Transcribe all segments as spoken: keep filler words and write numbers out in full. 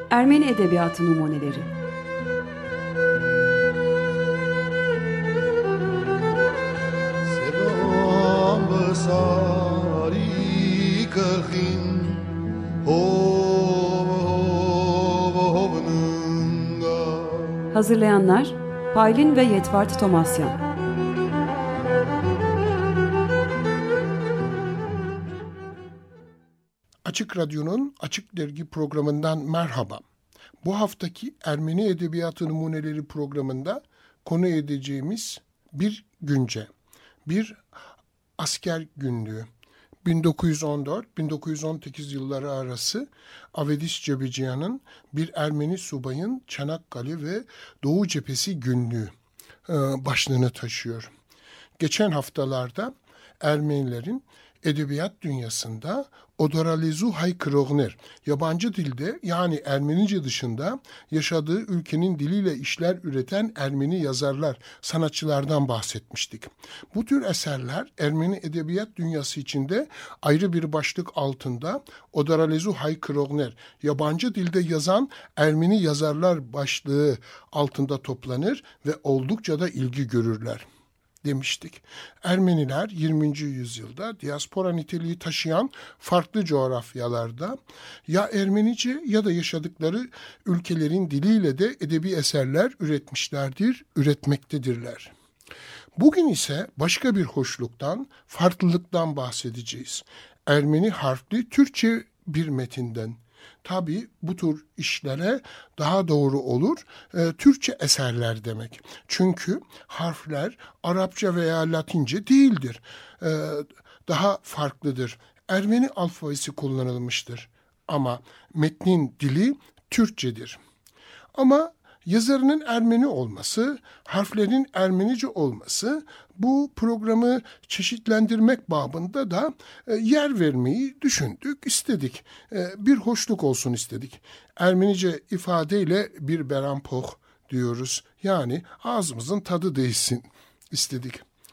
Ermeni Edebiyatı Numuneleri. Hazırlayanlar Paylin ve Yetvart Tomasyan. Açık Radyo'nun Açık Dergi programından merhaba. Bu haftaki Ermeni Edebiyatı Numuneleri programında konu edeceğimiz bir günce, bir asker günlüğü. bin dokuz yüz on dört bin dokuz yüz on sekiz yılları arası Avedis Cebeciyan'ın bir Ermeni subayın Çanakkale ve Doğu Cephesi günlüğü başlığını taşıyor. Geçen haftalarda Ermenilerin edebiyat dünyasında Odoralezu Haykırogner, yabancı dilde yani Ermenice dışında yaşadığı ülkenin diliyle işler üreten Ermeni yazarlar, sanatçılardan bahsetmiştik. Bu tür eserler Ermeni edebiyat dünyası içinde ayrı bir başlık altında Odoralezu Haykırogner, yabancı dilde yazan Ermeni yazarlar başlığı altında toplanır ve oldukça da ilgi görürler demiştik. Ermeniler yirminci yüzyılda diaspora niteliği taşıyan farklı coğrafyalarda ya Ermenice ya da yaşadıkları ülkelerin diliyle de edebi eserler üretmişlerdir, üretmektedirler. Bugün ise başka bir hoşluktan, farklılıktan bahsedeceğiz. Ermeni harfli Türkçe bir metinden. Tabii bu tür işlere daha doğru olur e, Türkçe eserler demek. Çünkü harfler Arapça veya Latince değildir. E, daha farklıdır. Ermeni alfabesi kullanılmıştır. Ama metnin dili Türkçedir. Ama yazarının Ermeni olması, harflerin Ermenice olması bu programı çeşitlendirmek babında da e, yer vermeyi düşündük, istedik. E, bir hoşluk olsun istedik. Ermenice ifadeyle bir berampoh diyoruz. Yani ağzımızın tadı değişsin istedik.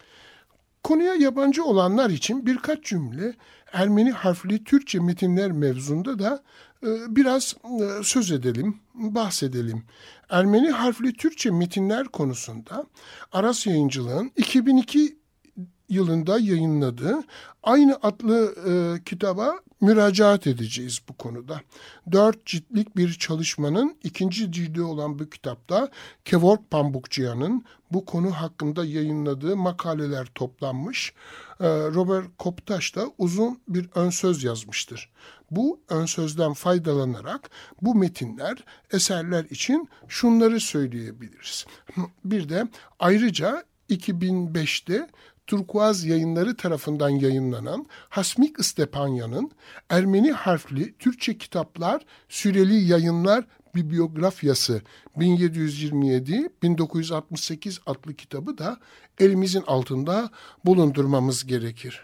Konuya yabancı olanlar için birkaç cümle Ermeni harfli Türkçe metinler mevzunda da e, biraz e, söz edelim, bahsedelim. Ermeni harfli Türkçe metinler konusunda Aras Yayıncılığın iki bin iki yılında yayınladığı aynı adlı e, kitaba müracaat edeceğiz bu konuda. Dört ciltlik bir çalışmanın ikinci cildi olan bu kitapta Kevork Pambukçıyan'ın bu konu hakkında yayınladığı makaleler toplanmış. E, Robert Koptaş da uzun bir ön söz yazmıştır. Bu ön sözden faydalanarak bu metinler, eserler için şunları söyleyebiliriz. Bir de ayrıca iki bin beşte Turkuaz Yayınları tarafından yayınlanan Hasmik Stepanya'nın Ermeni harfli Türkçe kitaplar, süreli yayınlar bibliografyası bin yedi yüz yirmi yedi bin dokuz yüz altmış sekiz adlı kitabı da elimizin altında bulundurmamız gerekir.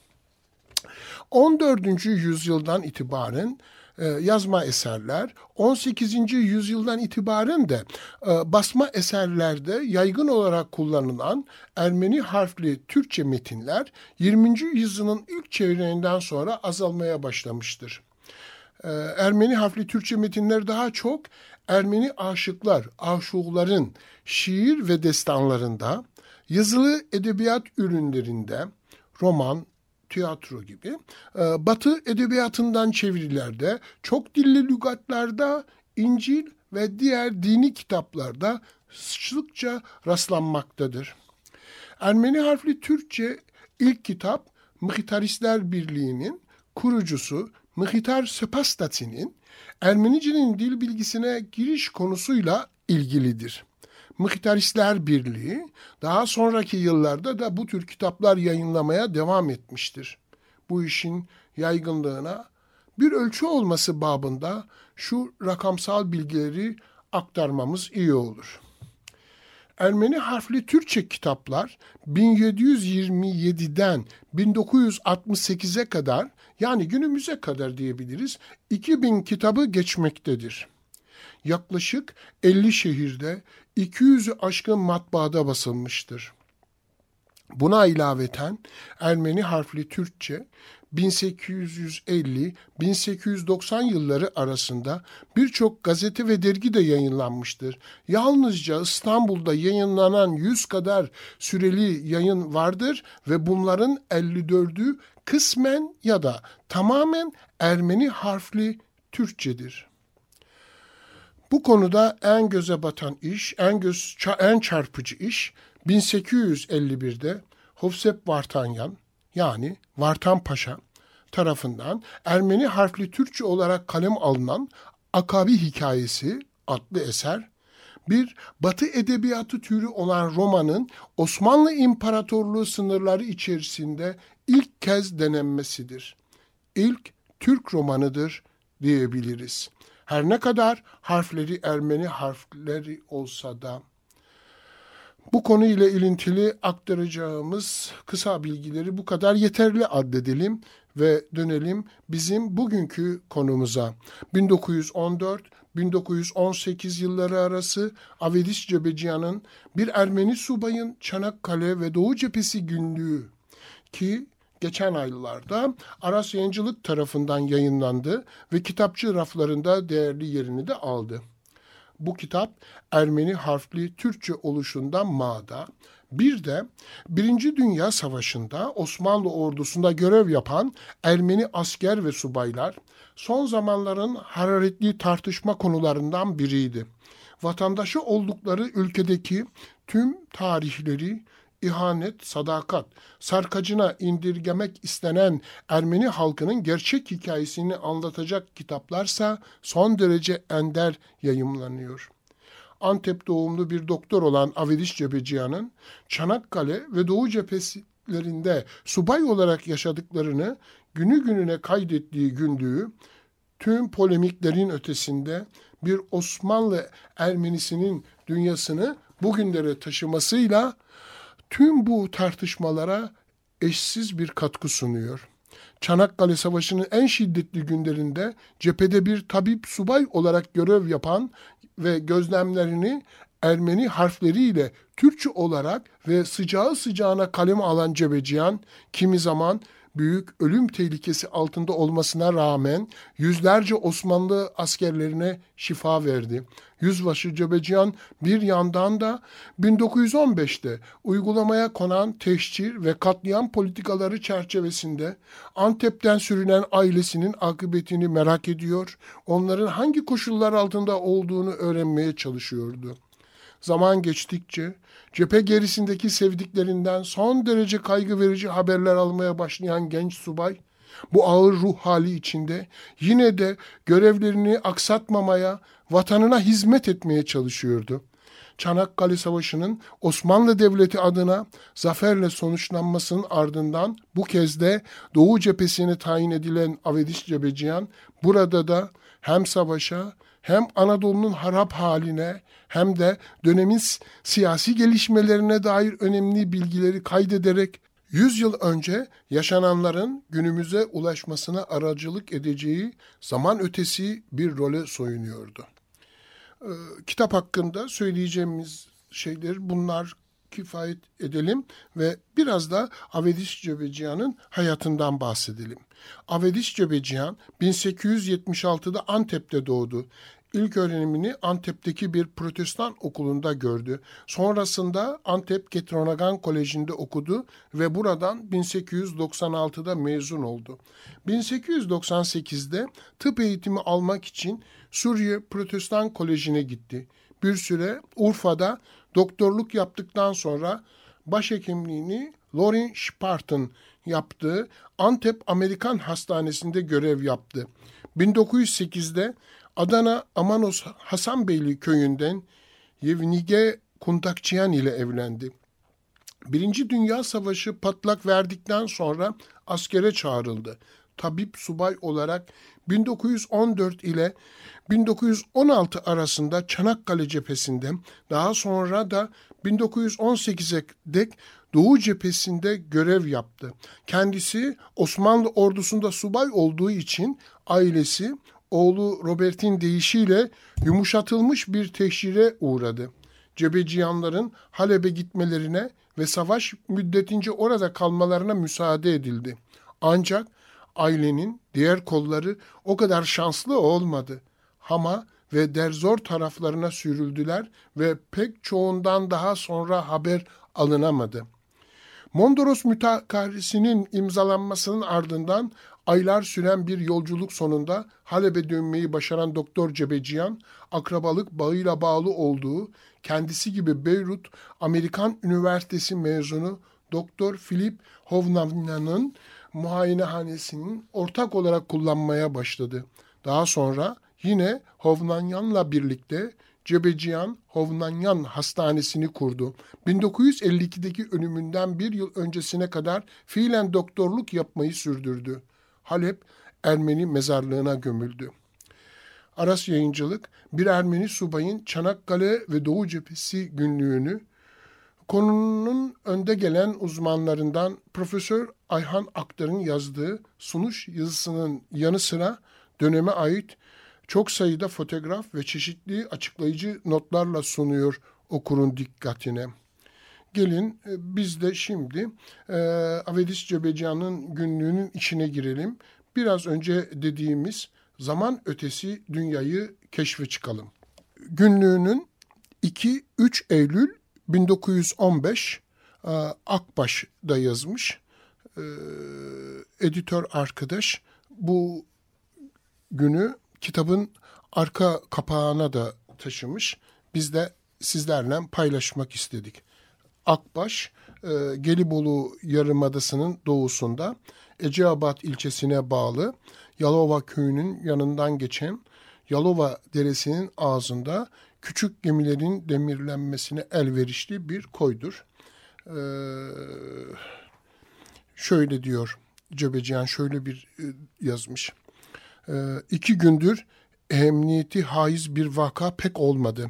on dördüncü yüzyıldan itibaren e, yazma eserler, on sekizinci yüzyıldan itibaren de e, basma eserlerde yaygın olarak kullanılan Ermeni harfli Türkçe metinler yirminci yüzyılın ilk çeyreğinden sonra azalmaya başlamıştır. E, Ermeni harfli Türkçe metinler daha çok Ermeni aşıklar, aşuğların şiir ve destanlarında, yazılı edebiyat ürünlerinde, roman, tiyatro gibi, Batı edebiyatından çevirilerde, çok dilli lügatlarda, İncil ve diğer dini kitaplarda sıkça rastlanmaktadır. Ermeni harfli Türkçe ilk kitap Mıhitaristler Birliği'nin kurucusu Mıhitar Sepastatsi'nin Ermenici'nin dil bilgisine giriş konusuyla ilgilidir. Mıhitaristler Birliği daha sonraki yıllarda da bu tür kitaplar yayınlamaya devam etmiştir. Bu işin yaygınlığına bir ölçü olması babında şu rakamsal bilgileri aktarmamız iyi olur. Ermeni harfli Türkçe kitaplar bin yedi yüz yirmi yediden bin dokuz yüz altmış sekize kadar, yani günümüze kadar diyebiliriz, iki bin kitabı geçmektedir. Yaklaşık elli şehirde iki yüzü aşkın matbaada basılmıştır. Buna ilaveten Ermeni harfli Türkçe bin sekiz yüz elli - bin sekiz yüz doksan yılları arasında birçok gazete ve dergi de yayınlanmıştır. Yalnızca İstanbul'da yayınlanan yüz kadar süreli yayın vardır ve bunların elli dördü kısmen ya da tamamen Ermeni harfli Türkçedir. Bu konuda en göze batan iş, en göz en çarpıcı iş bin sekiz yüz elli birde Hovsep Vartanyan yani Vartan Paşa tarafından Ermeni harfli Türkçe olarak kalem alınan Akabi Hikayesi adlı eser, bir Batı edebiyatı türü olan romanın Osmanlı İmparatorluğu sınırları içerisinde ilk kez denenmesidir. İlk Türk romanıdır diyebiliriz. Her ne kadar harfleri Ermeni harfleri olsa da. Bu konuyla ilintili aktaracağımız kısa bilgileri bu kadar yeterli addedelim ve dönelim bizim bugünkü konumuza. bin dokuz yüz on dört - bin dokuz yüz on sekiz yılları arası Avedis Cebeciyan'ın bir Ermeni subayın Çanakkale ve Doğu Cephesi günlüğü ki geçen aylarda Aras Yayıncılık tarafından yayınlandı ve kitapçı raflarında değerli yerini de aldı. Bu kitap Ermeni harfli Türkçe oluşundan mağda. Bir de Birinci Dünya Savaşı'nda Osmanlı ordusunda görev yapan Ermeni asker ve subaylar son zamanların hararetli tartışma konularından biriydi. Vatandaşı oldukları ülkedeki tüm tarihleri ihanet, sadakat, sarkacına indirgemek istenen Ermeni halkının gerçek hikayesini anlatacak kitaplarsa son derece ender yayımlanıyor. Antep doğumlu bir doktor olan Avedis Cebeciyan'ın Çanakkale ve Doğu cephelerinde subay olarak yaşadıklarını günü gününe kaydettiği günlüğü, tüm polemiklerin ötesinde bir Osmanlı Ermenisinin dünyasını bugünlere taşımasıyla tüm bu tartışmalara eşsiz bir katkı sunuyor. Çanakkale Savaşı'nın en şiddetli günlerinde cephede bir tabip subay olarak görev yapan ve gözlemlerini Ermeni harfleriyle Türkçe olarak ve sıcağı sıcağına kaleme alan Cebeciyan, kimi zaman büyük ölüm tehlikesi altında olmasına rağmen yüzlerce Osmanlı askerlerine şifa verdi. Yüzbaşı Cebeciyan bir yandan da bin dokuz yüz on beşte uygulamaya konan teşhir ve katliam politikaları çerçevesinde Antep'ten sürülen ailesinin akıbetini merak ediyor, onların hangi koşullar altında olduğunu öğrenmeye çalışıyordu. Zaman geçtikçe cephe gerisindeki sevdiklerinden son derece kaygı verici haberler almaya başlayan genç subay, bu ağır ruh hali içinde yine de görevlerini aksatmamaya, vatanına hizmet etmeye çalışıyordu. Çanakkale Savaşı'nın Osmanlı Devleti adına zaferle sonuçlanmasının ardından bu kez de Doğu cephesine tayin edilen Avedis Cebeciyan burada da hem savaşa hem Anadolu'nun harap haline hem de dönemin siyasi gelişmelerine dair önemli bilgileri kaydederek yüz yıl önce yaşananların günümüze ulaşmasına aracılık edeceği zaman ötesi bir role soyunuyordu. Ee, kitap hakkında söyleyeceğimiz şeyler bunlar, kifayet edelim ve biraz da Avedis Cebeciyan'ın hayatından bahsedelim. Avedis Cebeciyan bin sekiz yüz yetmiş altıda Antep'te doğdu. İlk öğrenimini Antep'teki bir protestan okulunda gördü. Sonrasında Antep Ketronagan Koleji'nde okudu ve buradan bin sekiz yüz doksan altıda mezun oldu. bin sekiz yüz doksan sekizde tıp eğitimi almak için Suriye Protestan Koleji'ne gitti. Bir süre Urfa'da doktorluk yaptıktan sonra başhekimliğini Lorin Spartan yaptığı Antep Amerikan Hastanesi'nde görev yaptı. bin dokuz yüz sekizde Adana Amanos Hasanbeyli köyünden Yevnige Kundakçıyan ile evlendi. Birinci Dünya Savaşı patlak verdikten sonra askere çağrıldı. Tabip subay olarak bin dokuz yüz on dört ile bin dokuz yüz on altı arasında Çanakkale cephesinde, daha sonra da bin dokuz yüz on sekize dek Doğu cephesinde görev yaptı. Kendisi Osmanlı ordusunda subay olduğu için ailesi oğlu Robert'in deyişiyle yumuşatılmış bir teşhire uğradı. Cebeciyanların Halep'e gitmelerine ve savaş müddetince orada kalmalarına müsaade edildi. Ancak ailenin diğer kolları o kadar şanslı olmadı. Hama ve Derzor taraflarına sürüldüler ve pek çoğundan daha sonra haber alınamadı. Mondros Mütakarresi'nin imzalanmasının ardından aylar süren bir yolculuk sonunda Halep'e dönmeyi başaran Doktor Cebeciyan, akrabalık bağıyla bağlı olduğu, kendisi gibi Beyrut Amerikan Üniversitesi mezunu Doktor Philip Hovnanian'ın muayenehanesinin ortak olarak kullanmaya başladı. Daha sonra yine Hovnanian'la birlikte Cebeciyan Hovnanian Hastanesi'ni kurdu. bin dokuz yüz elli ikideki ölümünden bir yıl öncesine kadar fiilen doktorluk yapmayı sürdürdü. Halep Ermeni mezarlığına gömüldü. Aras Yayıncılık, bir Ermeni subayın Çanakkale ve Doğu Cephesi günlüğünü konunun önde gelen uzmanlarından Profesör Ayhan Aktar'ın yazdığı sunuş yazısının yanı sıra döneme ait çok sayıda fotoğraf ve çeşitli açıklayıcı notlarla sunuyor okurun dikkatine. Gelin biz de şimdi e, Avedis Cebeciyan'ın günlüğünün içine girelim. Biraz önce dediğimiz zaman ötesi dünyayı keşfe çıkalım. Günlüğünün iki üç Eylül bin dokuz yüz on beş e, Akbaş'da yazmış. E, editör arkadaş bu günü kitabın arka kapağına da taşımış. Biz de sizlerle paylaşmak istedik. Akbaş, e, Gelibolu Yarımadası'nın doğusunda Eceabat ilçesine bağlı Yalova köyünün yanından geçen Yalova Deresi'nin ağzında küçük gemilerin demirlenmesine elverişli bir koydur. E, şöyle diyor Cebeciyan, şöyle bir e, yazmış. E, iki gündür emniyeti haiz bir vaka pek olmadı.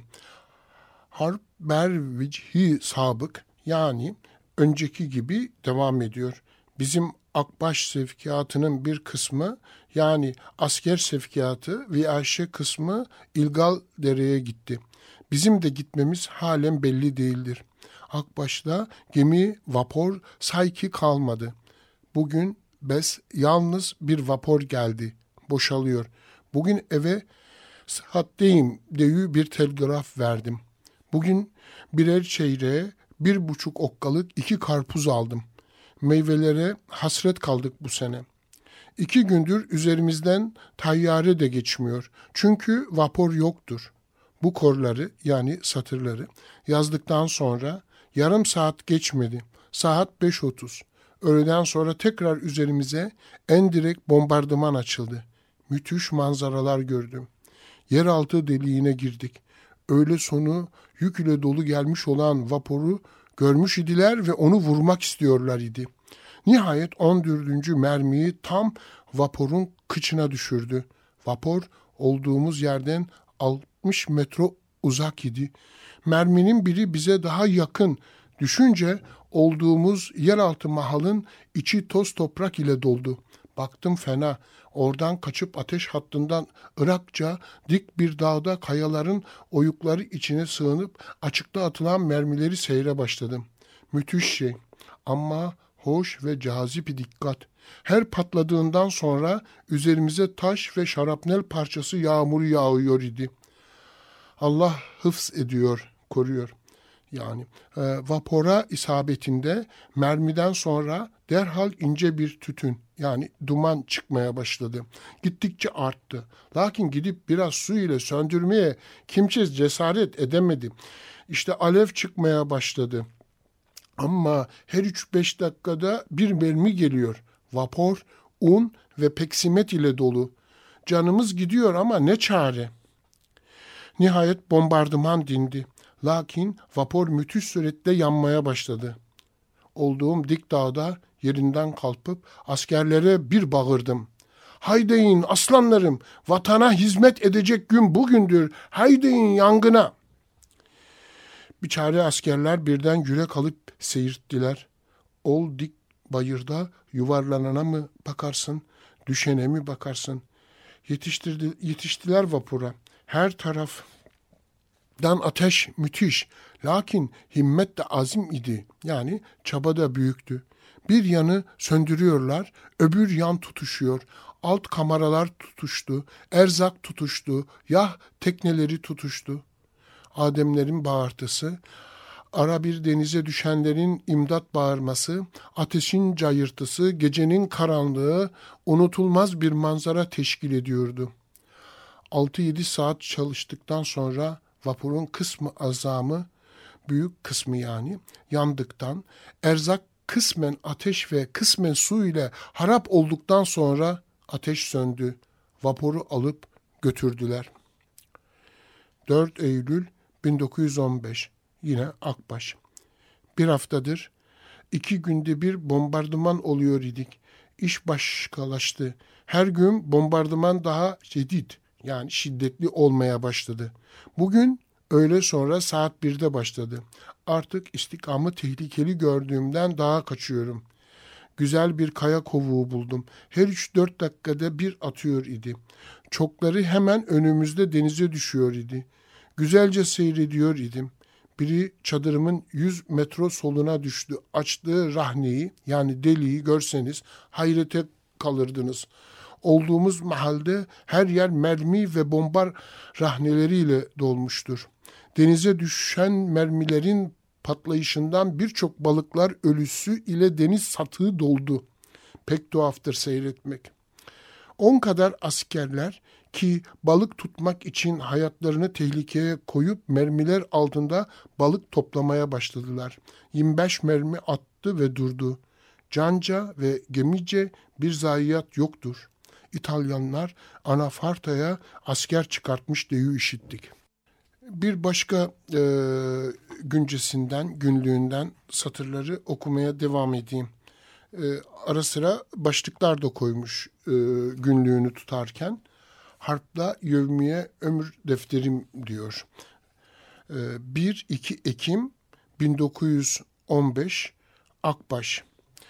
Harp ber vecihi sabık, yani önceki gibi devam ediyor. Bizim Akbaş sevkiyatının bir kısmı, yani asker sevkiyatı ve Ayşe kısmı İlgal Dere'ye gitti. Bizim de gitmemiz halen belli değildir. Akbaş'ta gemi, vapor sayki kalmadı. Bugün bes yalnız bir vapor geldi. Boşalıyor. Bugün eve sahatteyim deyü bir telgraf verdim. Bugün birer çeyreğe bir buçuk okkalık iki karpuz aldım. Meyvelere hasret kaldık bu sene. İki gündür üzerimizden tayyare de geçmiyor. Çünkü vapor yoktur. Bu korları, yani satırları yazdıktan sonra yarım saat geçmedi. Saat beş otuz. Öğleden sonra tekrar üzerimize endirekt bombardıman açıldı. Müthiş manzaralar gördüm. Yeraltı deliğine girdik. Öğle sonu yük ile dolu gelmiş olan vaporu görmüş idiler ve onu vurmak istiyorlar idi. Nihayet on dördüncü mermiyi tam vaporun kıçına düşürdü. Vapor olduğumuz yerden altmış metre uzak idi. Merminin biri bize daha yakın düşünce olduğumuz yeraltı mahalın içi toz toprak ile doldu. Baktım fena. Oradan kaçıp ateş hattından Irakça dik bir dağda kayaların oyukları içine sığınıp açıkta atılan mermileri seyre başladım. Müthiş şey ama hoş ve cazip dikkat. Her patladığından sonra üzerimize taş ve şarapnel parçası yağmuru yağıyor idi. Allah hıfz ediyor, koruyor. Yani e, vapora isabetinde mermiden sonra derhal ince bir tütün, yani duman çıkmaya başladı. Gittikçe arttı. Lakin gidip biraz su ile söndürmeye kimse cesaret edemedi. İşte alev çıkmaya başladı. Ama her üç beş dakikada bir mermi geliyor. Vapor, un ve peksimet ile dolu. Canımız gidiyor ama ne çare? Nihayet bombardıman dindi. Lakin vapor müthiş surette yanmaya başladı. Olduğum dik dağda yerinden kalkıp askerlere bir bağırdım. Haydeyin aslanlarım, vatana hizmet edecek gün bugündür. Haydeyin yangına. Biçare askerler birden yürek alıp seyirttiler. Ol dik bayırda yuvarlanana mı bakarsın, düşene mi bakarsın? Yetiştirdi, yetiştiler vapura. Her taraf Dan ateş müthiş, lakin himmet de azim idi. Yani çaba da büyüktü. Bir yanı söndürüyorlar, öbür yan tutuşuyor. Alt kameralar tutuştu, erzak tutuştu, yah tekneleri tutuştu. Ademlerin bağırtısı, ara bir denize düşenlerin imdat bağırması, ateşin cayırtısı, gecenin karanlığı unutulmaz bir manzara teşkil ediyordu. altı yedi saat çalıştıktan sonra vapurun kısmı azamı, büyük kısmı yani, yandıktan, erzak kısmen ateş ve kısmen su ile harap olduktan sonra ateş söndü. Vapuru alıp götürdüler. dört Eylül bin dokuz yüz on beş. Yine Akbaş. Bir haftadır iki günde bir bombardıman oluyor idik. İş başkalaştı. Her gün bombardıman daha şiddet, yani şiddetli olmaya başladı. Bugün öğle sonra saat birde başladı. Artık istikamı tehlikeli gördüğümden daha kaçıyorum. Güzel bir kaya kovuğu buldum. Her üç dört dakikada bir atıyor idi. Çokları hemen önümüzde denize düşüyor idi. Güzelce seyrediyor idim. Biri çadırımın yüz metre soluna düştü. Açtığı rahneyi, yani deliği görseniz hayrete kalırdınız. Olduğumuz mahalde her yer mermi ve bomba rahneleriyle dolmuştur. Denize düşen mermilerin patlayışından birçok balıklar ölüsü ile deniz satığı doldu. Pek tuhaftır seyretmek. On kadar askerler ki balık tutmak için hayatlarını tehlikeye koyup mermiler altında balık toplamaya başladılar. yirmi beş mermi attı ve durdu. Canca ve gemice bir zayiat yoktur. İtalyanlar Anafarta'ya asker çıkartmış diye işittik. Bir başka e, güncesinden, günlüğünden satırları okumaya devam edeyim. E, ara sıra başlıklar da koymuş e, günlüğünü tutarken. Harpla Yevmiye Ömür Defterim diyor. E, bir iki Ekim bin dokuz yüz on beş Akbaş.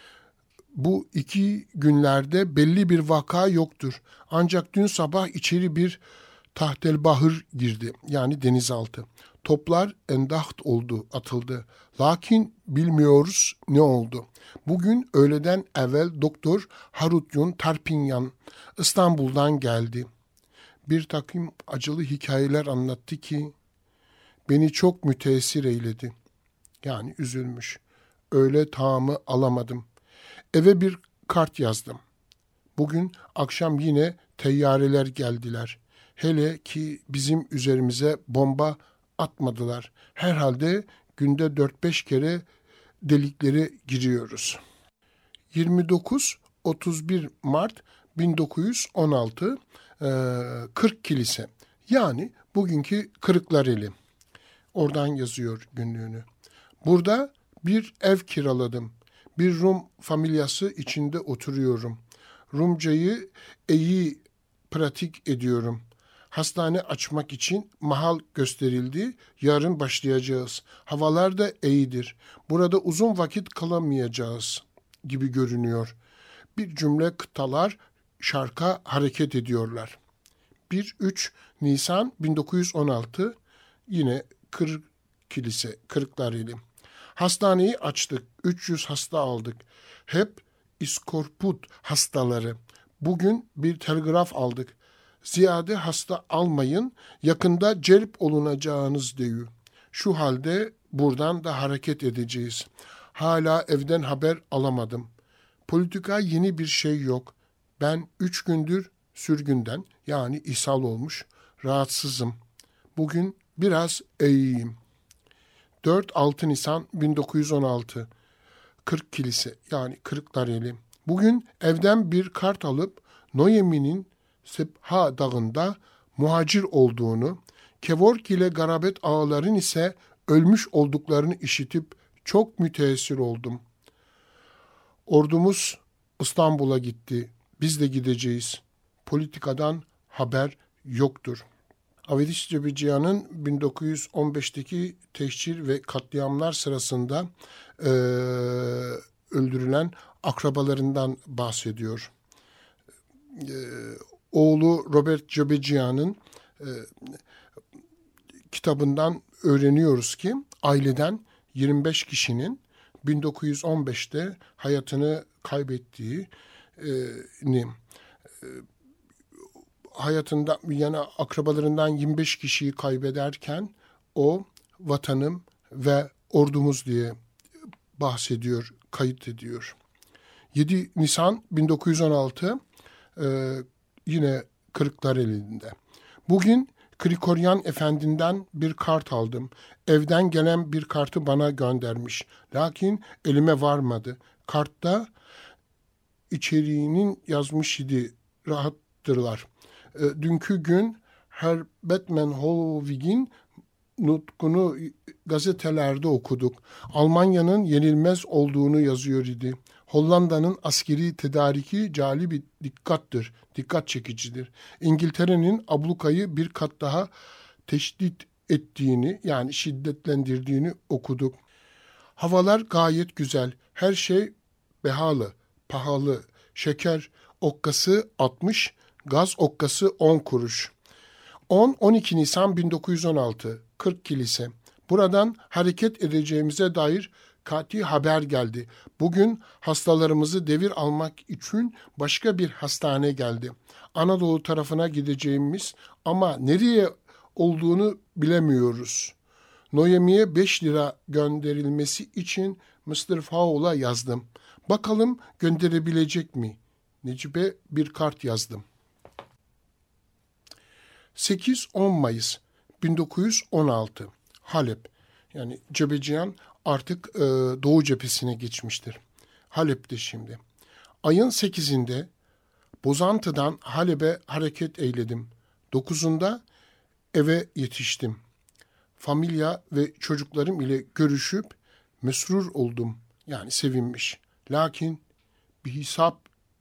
Bu iki günlerde belli bir vaka yoktur. Ancak dün sabah içeri bir tahtelbahır girdi, yani denizaltı. Toplar endaht oldu, atıldı. Lakin bilmiyoruz ne oldu. Bugün öğleden evvel Doktor Harutyun Tarpinyan İstanbul'dan geldi. Bir takım acılı hikayeler anlattı ki beni çok müteessir eyledi. Yani üzülmüş. Öğle taamı alamadım. Eve bir kart yazdım. Bugün akşam yine teyyareler geldiler. Hele ki bizim üzerimize bomba atmadılar. Herhalde günde dört beş kere deliklere giriyoruz. yirmi dokuz otuz bir Mart bin dokuz yüz on altı kırk kilise, yani bugünkü Kırklareli. Oradan yazıyor günlüğünü. Burada bir ev kiraladım. Bir Rum familyası içinde oturuyorum. Rumcayı iyi pratik ediyorum. Hastane açmak için mahal gösterildi. Yarın başlayacağız. Havalar da iyidir. Burada uzun vakit kalamayacağız gibi görünüyor. Bir cümle kıtalar şarka hareket ediyorlar. bir üç Nisan bin dokuz yüz on altı yine Kırk Kilise, Kırklareli. Hastaneyi açtık. üç yüz hasta aldık. Hep iskorput hastaları. Bugün bir telgraf aldık. Ziyade hasta almayın, yakında celp olunacağınız diyor. Şu halde buradan da hareket edeceğiz. Hala evden haber alamadım. Politika yeni bir şey yok. Ben üç gündür sürgünden, yani ishal olmuş, rahatsızım. Bugün biraz iyiyim. dört altı Nisan bin dokuz yüz on altı Kırk Kilise, yani Kırklareli. Bugün evden bir kart alıp Noyemi'nin Sepha Dağı'nda muhacir olduğunu, Kevork ile Garabet ağaların ise ölmüş olduklarını işitip çok müteessir oldum. Ordumuz İstanbul'a gitti. Biz de gideceğiz. Politikadan haber yoktur. Avediş Cebeciyan'ın bin dokuz yüz on beşteki tehcir ve katliamlar sırasında e, öldürülen akrabalarından bahsediyor. E, oğlu Robert Cebeciyan'ın e, kitabından öğreniyoruz ki aileden yirmi beş kişinin bin dokuz yüz on beşte hayatını kaybettiğini, e, hayatında yani akrabalarından yirmi beş kişiyi kaybederken o vatanım ve ordumuz diye bahsediyor, kayıt ediyor. yedi Nisan bin dokuz yüz on altı e, yine Kırklareli'nde. Bugün Krikoryan Efendi'nden bir kart aldım. Evden gelen bir kartı bana göndermiş. Lakin elime varmadı. Kartta içeriğinin yazmış idi. Rahattırlar. E, dünkü gün Herbert Manhoef'in nutkunu gazetelerde okuduk. Almanya'nın yenilmez olduğunu yazıyor idi. Hollanda'nın askeri tedariki cali bir dikkattır, dikkat çekicidir. İngiltere'nin ablukayı bir kat daha teşdit ettiğini, yani şiddetlendirdiğini okuduk. Havalar gayet güzel, her şey behalı, pahalı. Şeker okkası altmış, gaz okkası on kuruş. on on iki Nisan bin dokuz yüz on altı, kırk kilise. Buradan hareket edeceğimize dair kati haber geldi. Bugün hastalarımızı devir almak için başka bir hastane geldi. Anadolu tarafına gideceğimiz ama nereye olduğunu bilemiyoruz. Noemi'ye beş lira gönderilmesi için mister Fowle'a yazdım. Bakalım gönderebilecek mi? Necip'e bir kart yazdım. sekiz on Mayıs bin dokuz yüz on altı, Halep. Yani Cebeciyan artık e, Doğu cephesine geçmiştir. Halep'te şimdi. Ayın sekizinde Bozantı'dan Halep'e hareket eyledim. dokuzunda eve yetiştim. Familya ve çocuklarım ile görüşüp mesrur oldum. Yani sevinmiş. Lakin bir hesap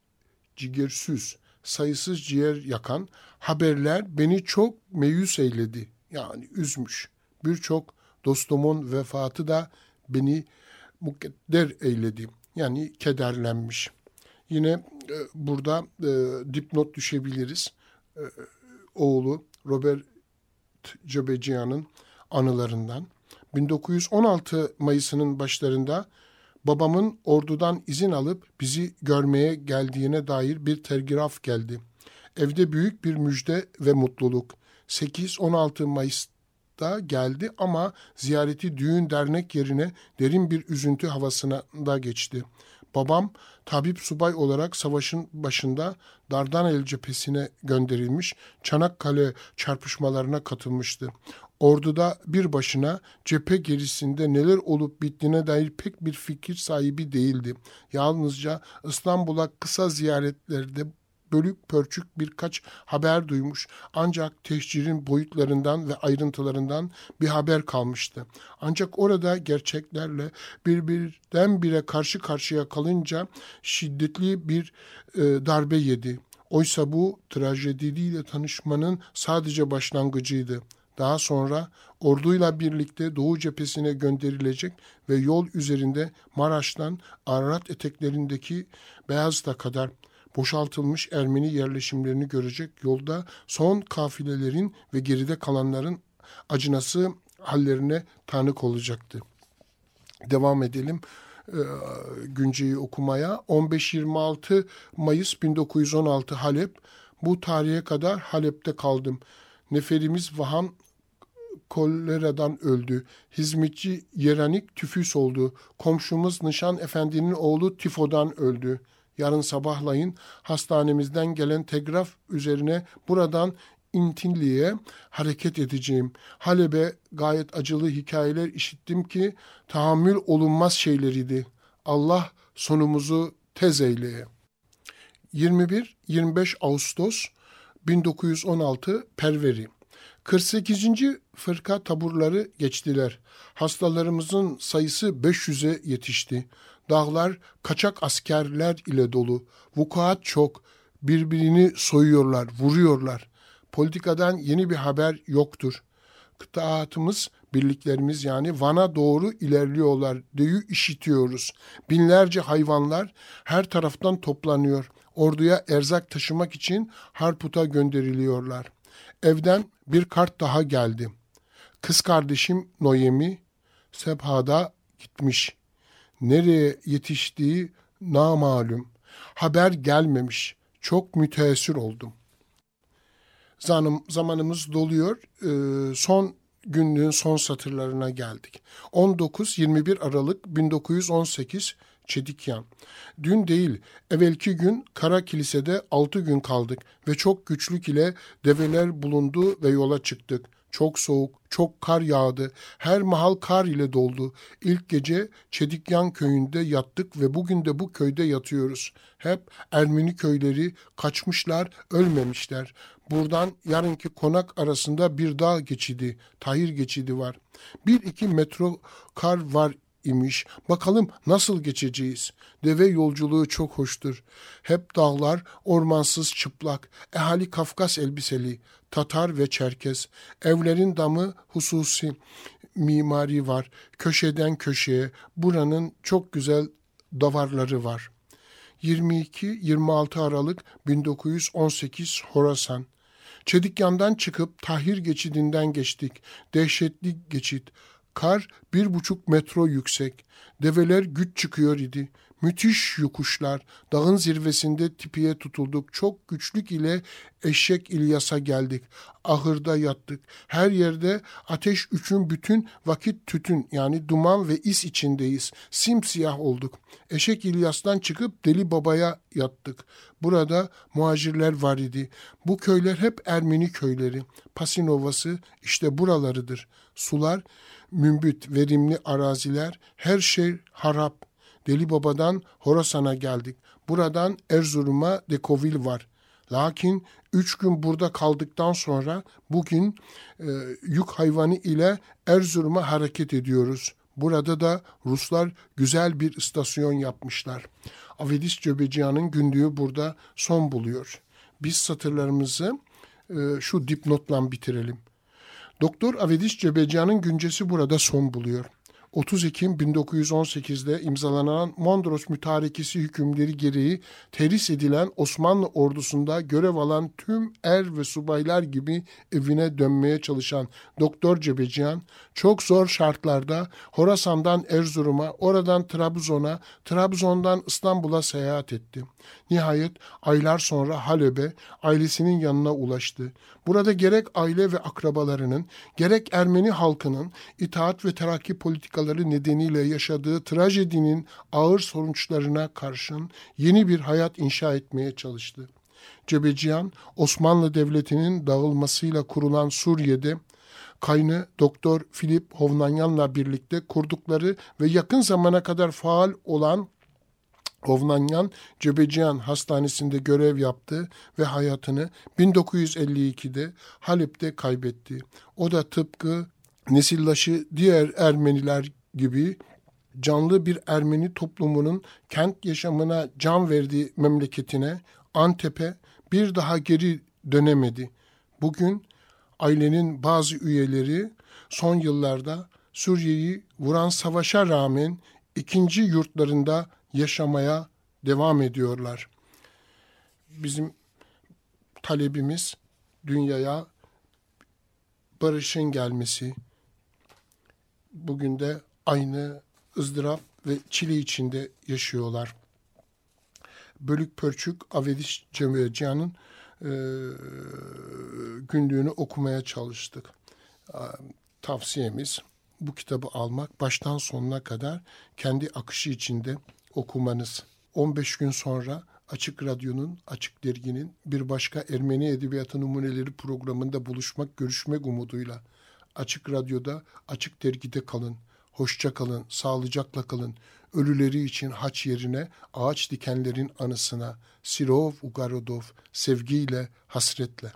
ciğersüz, sayısız ciğer yakan haberler beni çok meyus eyledi. Yani üzmüş. Birçok dostumun vefatı da beni mukadder eyledi. Yani kederlenmiş. Yine e, burada e, dipnot düşebiliriz. E, oğlu Robert Cebeciyan'ın anılarından. bin dokuz yüz on altı Mayıs'ının başlarında babamın ordudan izin alıp bizi görmeye geldiğine dair bir telgraf geldi. Evde büyük bir müjde ve mutluluk. sekiz on altı Mayıs'ta geldi ama ziyareti düğün dernek yerine derin bir üzüntü havasına da geçti. Babam tabip subay olarak savaşın başında Dardanel cephesine gönderilmiş, Çanakkale çarpışmalarına katılmıştı. Orduda bir başına cephe gerisinde neler olup bittiğine dair pek bir fikir sahibi değildi. Yalnızca İstanbul'a kısa ziyaretlerde bölük pörçük birkaç haber duymuş, ancak tehcirin boyutlarından ve ayrıntılarından bir haber kalmıştı. Ancak orada gerçeklerle birbirdenbire karşı karşıya kalınca şiddetli bir e, darbe yedi. Oysa bu trajediyle tanışmanın sadece başlangıcıydı. Daha sonra orduyla birlikte Doğu cephesine gönderilecek ve yol üzerinde Maraş'tan Ararat eteklerindeki Beyazıt'a kadar boşaltılmış Ermeni yerleşimlerini görecek, yolda son kafilelerin ve geride kalanların acınası hallerine tanık olacaktı. Devam edelim e, günceyi okumaya. on beş yirmi altı Mayıs bin dokuz yüz on altı Halep. Bu tarihe kadar Halep'te kaldım. Neferimiz Vahan koleradan öldü. Hizmetçi Yeranik tüfüs oldu. Komşumuz Nişan Efendi'nin oğlu tifodan öldü. Yarın sabahlayın hastanemizden gelen telgraf üzerine buradan İntinli'ye hareket edeceğim. Halep'e gayet acılı hikayeler işittim ki tahammül olunmaz şeyleriydi. Allah sonumuzu tez eyleye. yirmi bir yirmi beş Ağustos bin dokuz yüz on altı Perveri. kırk sekizinci fırka taburları geçtiler. Hastalarımızın sayısı beş yüze yetişti. Dağlar kaçak askerler ile dolu. Vukuat çok. Birbirini soyuyorlar, vuruyorlar. Politikadan yeni bir haber yoktur. Kıtaatımız, birliklerimiz yani Van'a doğru ilerliyorlar diye işitiyoruz. Binlerce hayvanlar her taraftan toplanıyor. Orduya erzak taşımak için Harput'a gönderiliyorlar. Evden bir kart daha geldi. Kız kardeşim Noemi Sebha'da gitmiş. Nereye yetiştiği namalum. Haber gelmemiş. Çok müteessir oldum. Zanım, zamanımız doluyor. Ee, son günlüğün son satırlarına geldik. on dokuz yirmi bir Aralık bin dokuz yüz on sekiz Çedikyan. Dün değil, evvelki gün Kara Kilise'de altı gün kaldık ve çok güçlük ile develer bulundu ve yola çıktık. Çok soğuk, çok kar yağdı. Her mahal kar ile doldu. İlk gece Çedikyan köyünde yattık ve bugün de bu köyde yatıyoruz. Hep Ermeni köyleri kaçmışlar, ölmemişler. Buradan yarınki konak arasında bir dağ geçidi, Tahir geçidi var. Bir iki metro kar var imiş. Bakalım nasıl geçeceğiz? Deve yolculuğu çok hoştur. Hep dağlar, ormansız çıplak, ehali Kafkas elbiseli, Tatar ve Çerkez. Evlerin damı hususi mimari var. Köşeden köşeye buranın çok güzel davarları var. yirmi iki yirmi altı Aralık bin dokuz yüz on sekiz Horasan. Çedikyan'dan çıkıp Tahir geçidinden geçtik. Dehşetli geçit. Kar bir buçuk metro yüksek. Develer güç çıkıyor idi. Müthiş yokuşlar. Dağın zirvesinde tipiye tutulduk. Çok güçlük ile Eşek İlyas'a geldik. Ahırda yattık. Her yerde ateş üçün bütün vakit tütün yani duman ve is içindeyiz. Simsiyah olduk. Eşek İlyas'tan çıkıp Deli Baba'ya yattık. Burada muhacirler var idi. Bu köyler hep Ermeni köyleri. Pasin Ovası işte buralarıdır. Sular mümbit, verimli araziler, her şey harap. Deli Baba'dan Horasan'a geldik. Buradan Erzurum'a Dekovil var. Lakin üç gün burada kaldıktan sonra bugün e, yük hayvanı ile Erzurum'a hareket ediyoruz. Burada da Ruslar güzel bir istasyon yapmışlar. Avedis Cebeciyan'ın günlüğü burada son buluyor. Biz satırlarımızı e, şu dipnotla bitirelim. Doktor Avedis Cebeciyan'ın güncesi burada son buluyor. otuz Ekim bin dokuz yüz on sekizde imzalanan Mondros Mütarekesi hükümleri gereği terhis edilen Osmanlı ordusunda görev alan tüm er ve subaylar gibi evine dönmeye çalışan Doktor Cebeciyan çok zor şartlarda Horasan'dan Erzurum'a, oradan Trabzon'a, Trabzon'dan İstanbul'a seyahat etti. Nihayet aylar sonra Halep'e ailesinin yanına ulaştı. Burada gerek aile ve akrabalarının, gerek Ermeni halkının itaat ve terakki politikaları nedeniyle yaşadığı trajedinin ağır sonuçlarına karşın yeni bir hayat inşa etmeye çalıştı. Cebeciyan, Osmanlı Devleti'nin dağılmasıyla kurulan Suriye'de kaynı Doktor Filip Hovnanyan'la birlikte kurdukları ve yakın zamana kadar faal olan Hovnanyan Cebeciyan Hastanesi'nde görev yaptı ve hayatını bin dokuz yüz elli ikide Halep'te kaybetti. O da tıpkı nesildaşı diğer Ermeniler gibi canlı bir Ermeni toplumunun kent yaşamına can verdiği memleketine, Antep'e bir daha geri dönemedi. Bugün ailenin bazı üyeleri son yıllarda Suriye'yi vuran savaşa rağmen ikinci yurtlarında yaşamaya devam ediyorlar. Bizim talebimiz dünyaya barışın gelmesi. Bugün de aynı ızdırap ve çile içinde yaşıyorlar. Bölük pörçük Avedis Cebeciyan'ın e, günlüğünü okumaya çalıştık. E, tavsiyemiz bu kitabı almak, baştan sonuna kadar kendi akışı içinde okumanız. on beş gün sonra Açık Radyo'nun, Açık Dergi'nin bir başka Ermeni Edebiyatı Numuneleri programında buluşmak, görüşmek umuduyla. Açık Radyo'da, Açık Dergi'de kalın. Hoşça kalın, sağlıcakla kalın. Ölüleri için haç yerine ağaç dikenlerin anısına. Sirov Ugarodov, sevgiyle, hasretle.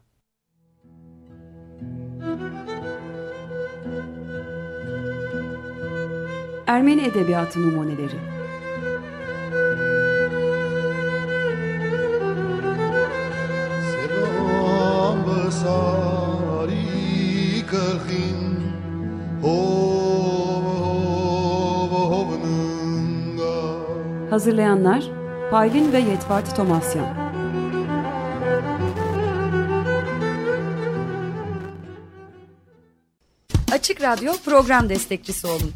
Ermeni Edebiyatı Numuneleri. Hazırlayanlar Paylin ve Yetvart Tomasyan. Açık Radyo program destekçisi olun.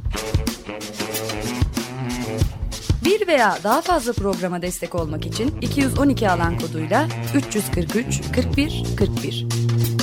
Bir veya daha fazla programa destek olmak için iki yüz on iki alan koduyla üç yüz kırk üç kırk bir kırk bir.